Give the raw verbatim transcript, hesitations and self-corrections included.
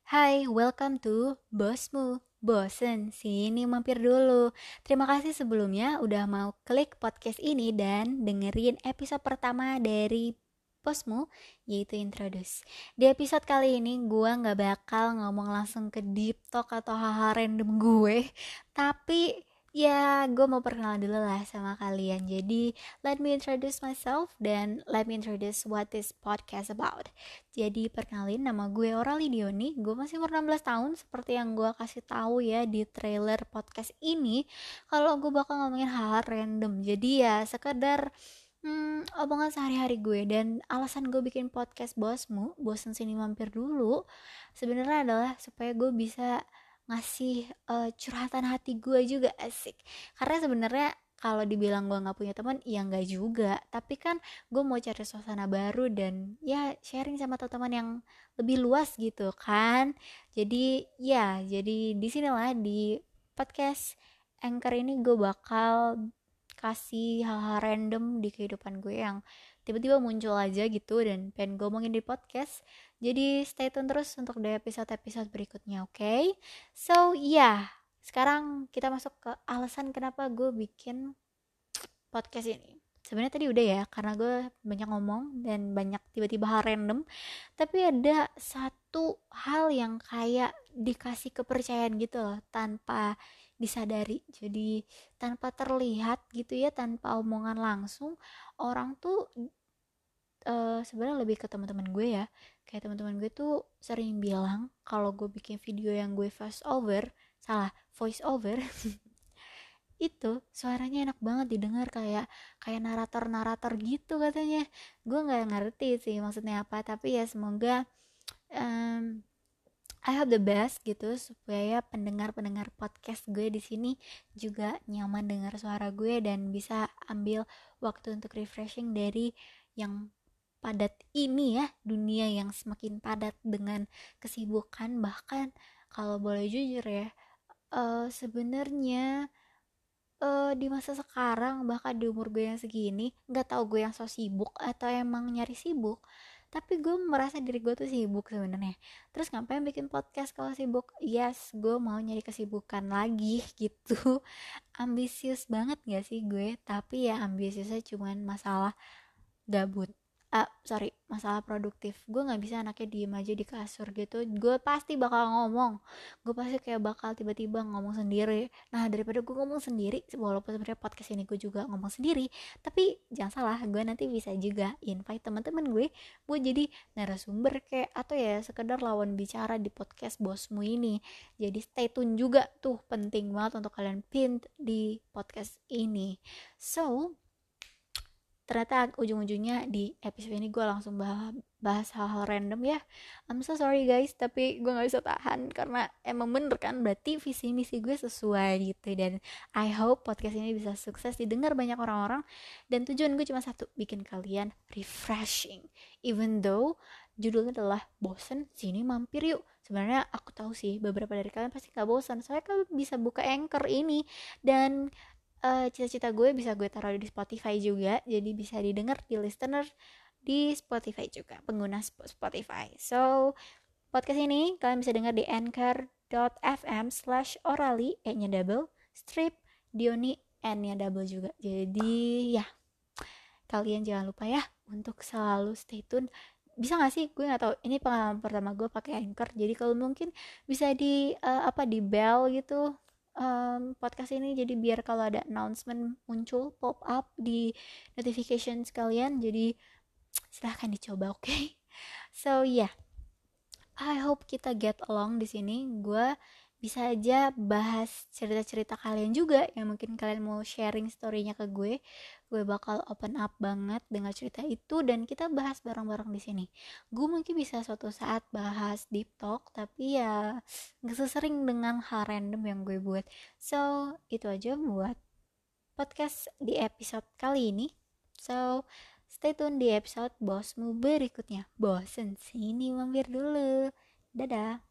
Hai, welcome to Bosmu. Bosen, sini mampir dulu. Terima kasih sebelumnya udah mau klik podcast ini dan dengerin episode pertama dari Bosmu, yaitu Introduce. Di episode kali ini gue gak bakal ngomong langsung ke deep talk atau hal-hal random gue, tapi ya gue mau perkenalan dulu lah sama kalian. Jadi let me introduce myself dan let me introduce what this podcast about. Jadi perkenalin, nama gue Orali Dioni. Gue masih umur enam belas tahun seperti yang gue kasih tahu ya di trailer podcast ini. Kalau gue bakal ngomongin hal-hal random. Jadi ya sekedar hmm, omongan sehari-hari gue. Dan alasan gue bikin podcast Bosmu, Bosen Sini Mampir Dulu, sebenarnya adalah supaya gue bisa ngasih eh, curhatan hati gue juga, asik. Karena sebenarnya kalau dibilang gue nggak punya teman, ya nggak juga. Tapi kan gue mau cari suasana baru dan ya sharing sama teman-teman yang lebih luas gitu kan. Jadi ya, jadi di sinilah di podcast Anchor ini gue bakal kasih hal-hal random di kehidupan gue yang tiba-tiba muncul aja gitu dan pengen gue ngomongin di podcast. Jadi stay tune terus untuk di episode-episode berikutnya, oke? Okay? So yeah, sekarang kita masuk ke alasan kenapa gue bikin podcast ini. Sebenarnya tadi udah ya, karena gue banyak ngomong dan banyak tiba-tiba hal random. Tapi ada satu hal yang kayak dikasih kepercayaan gitu loh, tanpa disadari. Jadi tanpa terlihat gitu ya, tanpa omongan langsung, orang tuh uh, sebenarnya lebih ke teman-teman gue ya. Kayak teman-teman gue tuh sering bilang kalau gue bikin video yang gue voice over, salah, voice over itu suaranya enak banget didengar, kayak kayak narator-narator gitu katanya. Gue nggak ngerti sih maksudnya apa, tapi ya semoga um, I hope the best gitu supaya pendengar-pendengar podcast gue di sini juga nyaman dengar suara gue dan bisa ambil waktu untuk refreshing dari yang padat ini ya, dunia yang semakin padat dengan kesibukan. Bahkan kalau boleh jujur ya, uh, sebenarnya uh, di masa sekarang, bahkan di umur gue yang segini, nggak tahu gue yang so sibuk atau emang nyari sibuk, tapi gue merasa diri gue tuh sibuk sebenarnya. Terus ngapain bikin podcast kalau sibuk? Yes, gue mau nyari kesibukan lagi gitu. Ambisius banget gak sih gue? Tapi ya ambisiusnya cuman masalah gabut. Ah, sorry, masalah produktif. Gue nggak bisa anaknya diem aja di kasur gitu. Gue pasti bakal ngomong. Gue pasti kayak bakal tiba-tiba ngomong sendiri. Nah, daripada gue ngomong sendiri, walaupun sebenarnya podcast ini gue juga ngomong sendiri, tapi jangan salah, gue nanti bisa juga invite teman-teman gue buat jadi narasumber kayak, atau ya sekedar lawan bicara di podcast Bosmu ini. Jadi stay tune juga tuh, penting banget untuk kalian pin di podcast ini. So, ternyata ujung-ujungnya di episode ini gue langsung bahas, bahas hal-hal random ya. I'm so sorry guys, tapi gue gak bisa tahan karena emang bener kan, berarti visi misi gue sesuai gitu. Dan I hope podcast ini bisa sukses didengar banyak orang-orang. Dan tujuan gue cuma satu, bikin kalian refreshing. Even though judulnya adalah bosen, sini mampir yuk. Sebenarnya aku tahu sih beberapa dari kalian pasti gak bosan, soalnya kan bisa buka Anchor ini. Dan uh, cita-cita gue bisa gue taruh di Spotify juga, jadi bisa didengar di listener di Spotify juga, pengguna Spotify. So podcast ini kalian bisa dengar di anchor.fm slash orali, e nya double, strip, dioni, n nya double juga. Jadi ya, kalian jangan lupa ya untuk selalu stay tune. Bisa gak sih, gue gak tahu, ini pengalaman pertama gue pakai Anchor, jadi kalau mungkin bisa di uh, apa di bell gitu um, podcast ini, jadi biar kalau ada announcement muncul pop up di notification sekalian. Jadi silahkan dicoba, oke? Okay? So yeah, I hope kita get along di sini. Gue bisa aja bahas cerita-cerita kalian juga yang mungkin kalian mau sharing story-nya ke gue. Gue bakal open up banget dengan cerita itu dan kita bahas bareng-bareng di sini. Gue mungkin bisa suatu saat bahas deep talk, tapi ya gak sesering dengan hal random yang gue buat. So itu aja buat podcast di episode kali ini. So stay tune di episode Bosmu berikutnya. Bosen sini mampir dulu. Dadah.